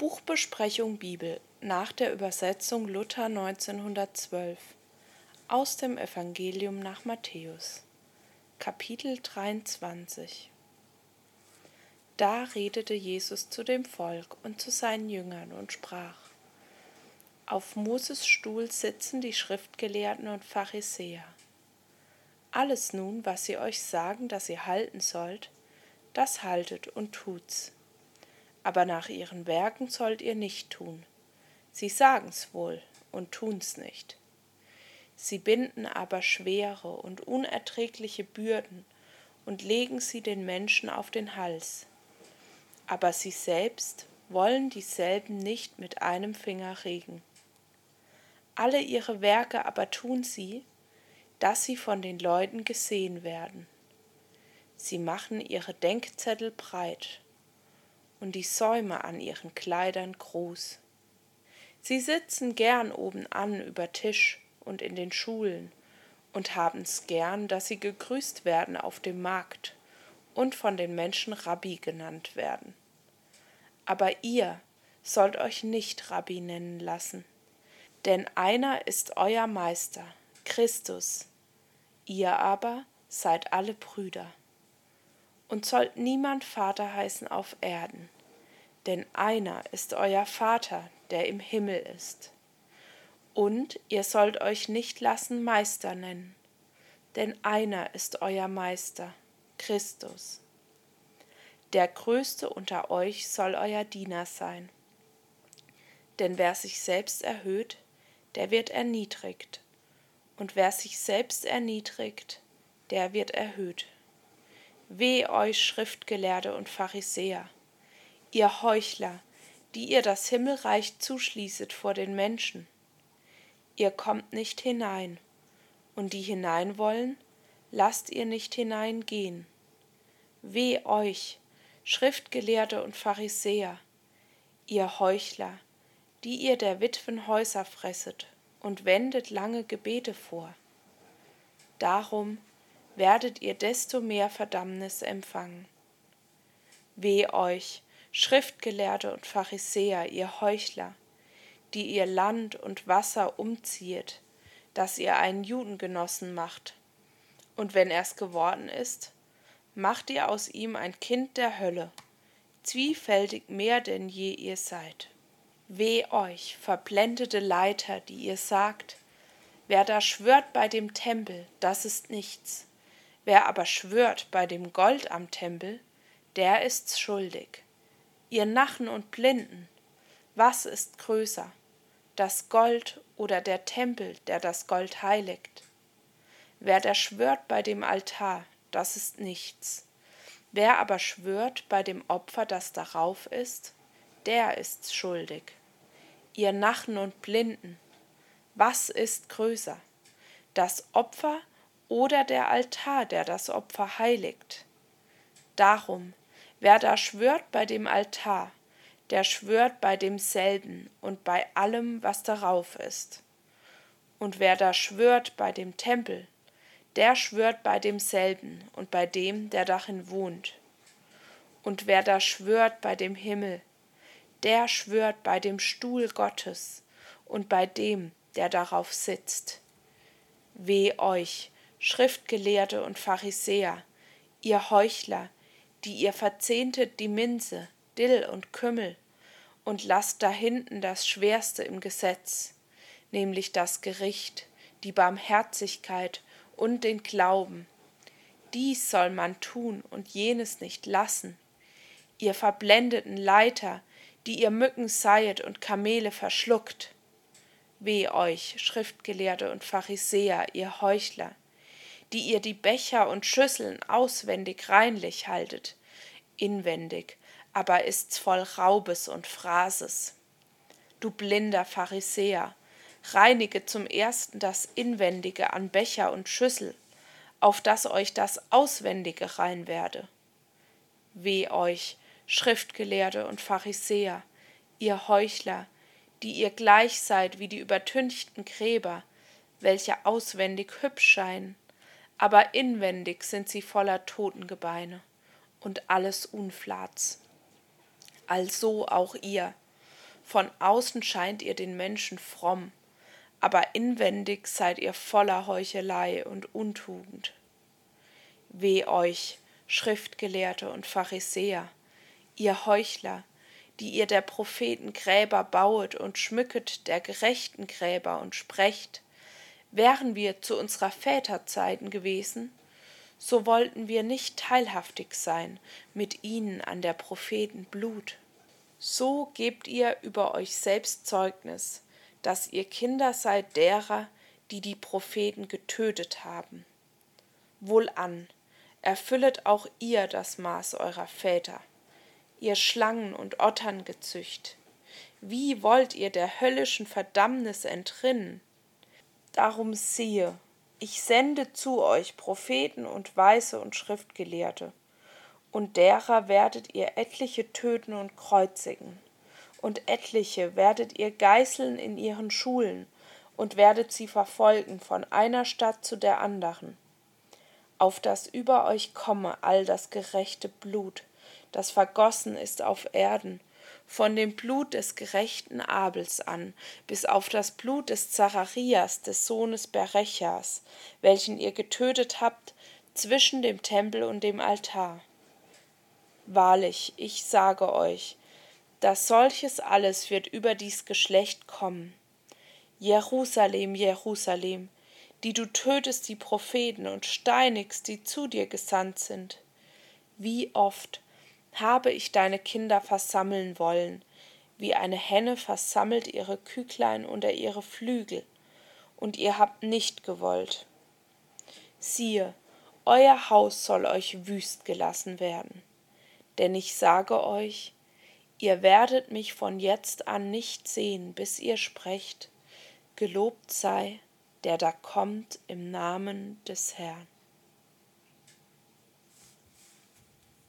Buchbesprechung Bibel nach der Übersetzung Luther 1912 aus dem Evangelium nach Matthäus, Kapitel 23. Da redete Jesus zu dem Volk und zu seinen Jüngern und sprach: Auf Moses Stuhl sitzen die Schriftgelehrten und Pharisäer. Alles nun, was sie euch sagen, dass ihr halten sollt, das haltet und tut's. Aber nach ihren Werken sollt ihr nicht tun. Sie sagen's wohl und tun's nicht. Sie binden aber schwere und unerträgliche Bürden und legen sie den Menschen auf den Hals. Aber sie selbst wollen dieselben nicht mit einem Finger regen. Alle ihre Werke aber tun sie, dass sie von den Leuten gesehen werden. Sie machen ihre Denkzettel breit und die Säume an ihren Kleidern groß. Sie sitzen gern obenan über Tisch und in den Schulen und haben's gern, dass sie gegrüßt werden auf dem Markt und von den Menschen Rabbi genannt werden. Aber ihr sollt euch nicht Rabbi nennen lassen, denn einer ist euer Meister, Christus, ihr aber seid alle Brüder. Und sollt niemand Vater heißen auf Erden, denn einer ist euer Vater, der im Himmel ist. Und ihr sollt euch nicht lassen Meister nennen, denn einer ist euer Meister, Christus. Der Größte unter euch soll euer Diener sein. Denn wer sich selbst erhöht, der wird erniedrigt, und wer sich selbst erniedrigt, der wird erhöht. Weh euch, Schriftgelehrte und Pharisäer, ihr Heuchler, die ihr das Himmelreich zuschließet vor den Menschen. Ihr kommt nicht hinein, und die hinein wollen, lasst ihr nicht hineingehen. Weh euch, Schriftgelehrte und Pharisäer, ihr Heuchler, die ihr der Witwen Häuser fresset und wendet lange Gebete vor. Darum werdet ihr desto mehr Verdammnis empfangen. Weh euch, Schriftgelehrte und Pharisäer, ihr Heuchler, die ihr Land und Wasser umziehet, dass ihr einen Judengenossen macht, und wenn er's geworden ist, macht ihr aus ihm ein Kind der Hölle, zwiefältig mehr denn je ihr seid. Weh euch, verblendete Leiter, die ihr sagt, wer da schwört bei dem Tempel, das ist nichts. Wer aber schwört bei dem Gold am Tempel, der ist's schuldig. Ihr Nachen und Blinden, was ist größer, das Gold oder der Tempel, der das Gold heiligt? Wer da schwört bei dem Altar, das ist nichts. Wer aber schwört bei dem Opfer, das darauf ist, der ist's schuldig. Ihr Nachen und Blinden, was ist größer, das Opfer oder der Altar, der das Opfer heiligt? Darum, wer da schwört bei dem Altar, der schwört bei demselben und bei allem, was darauf ist. Und wer da schwört bei dem Tempel, der schwört bei demselben und bei dem, der darin wohnt. Und wer da schwört bei dem Himmel, der schwört bei dem Stuhl Gottes und bei dem, der darauf sitzt. Weh euch, Schriftgelehrte und Pharisäer, ihr Heuchler, die ihr verzehntet die Minze, Dill und Kümmel und lasst da hinten das Schwerste im Gesetz, nämlich das Gericht, die Barmherzigkeit und den Glauben. Dies soll man tun und jenes nicht lassen. Ihr verblendeten Leiter, die ihr Mücken seiet und Kamele verschluckt. Weh euch, Schriftgelehrte und Pharisäer, ihr Heuchler, die ihr die Becher und Schüsseln auswendig reinlich haltet, inwendig aber ist's voll Raubes und Phrases. Du blinder Pharisäer, reinige zum ersten das Inwendige an Becher und Schüssel, auf dass euch das Auswendige rein werde. Weh euch, Schriftgelehrte und Pharisäer, ihr Heuchler, die ihr gleich seid wie die übertünchten Gräber, welche auswendig hübsch scheinen, aber inwendig sind sie voller Totengebeine und alles Unflats. Also auch ihr, Von außen scheint ihr den Menschen fromm, aber inwendig seid ihr voller Heuchelei und Untugend. Weh euch, Schriftgelehrte und Pharisäer, ihr Heuchler, die ihr der Propheten Gräber bauet und schmücket der Gerechten Gräber und sprecht, wären wir zu unserer Väterzeiten gewesen, so wollten wir nicht teilhaftig sein mit ihnen an der Propheten Blut. So gebt ihr über euch selbst Zeugnis, dass ihr Kinder seid derer, die die Propheten getötet haben. Wohlan, erfüllet auch ihr das Maß eurer Väter, ihr Schlangen und Otterngezücht. Wie wollt ihr der höllischen Verdammnis entrinnen? Darum siehe, ich sende zu euch Propheten und Weise und Schriftgelehrte, und derer werdet ihr etliche töten und kreuzigen, und etliche werdet ihr geißeln in ihren Schulen, und werdet sie verfolgen von einer Stadt zu der anderen, auf das über euch komme all das gerechte Blut, das vergossen ist auf Erden, von dem Blut des gerechten Abels an, bis auf das Blut des Zacharias, des Sohnes Berechas, welchen ihr getötet habt zwischen dem Tempel und dem Altar. Wahrlich, ich sage euch, dass solches alles wird über dies Geschlecht kommen. Jerusalem, Jerusalem, die du tötest die Propheten und steinigst, die zu dir gesandt sind. Wie oft habe ich deine Kinder versammeln wollen, wie eine Henne versammelt ihre Küchlein unter ihre Flügel, und ihr habt nicht gewollt. Siehe, euer Haus soll euch wüst gelassen werden. Denn ich sage euch, ihr werdet mich von jetzt an nicht sehen, bis ihr sprecht, gelobt sei, der da kommt im Namen des Herrn.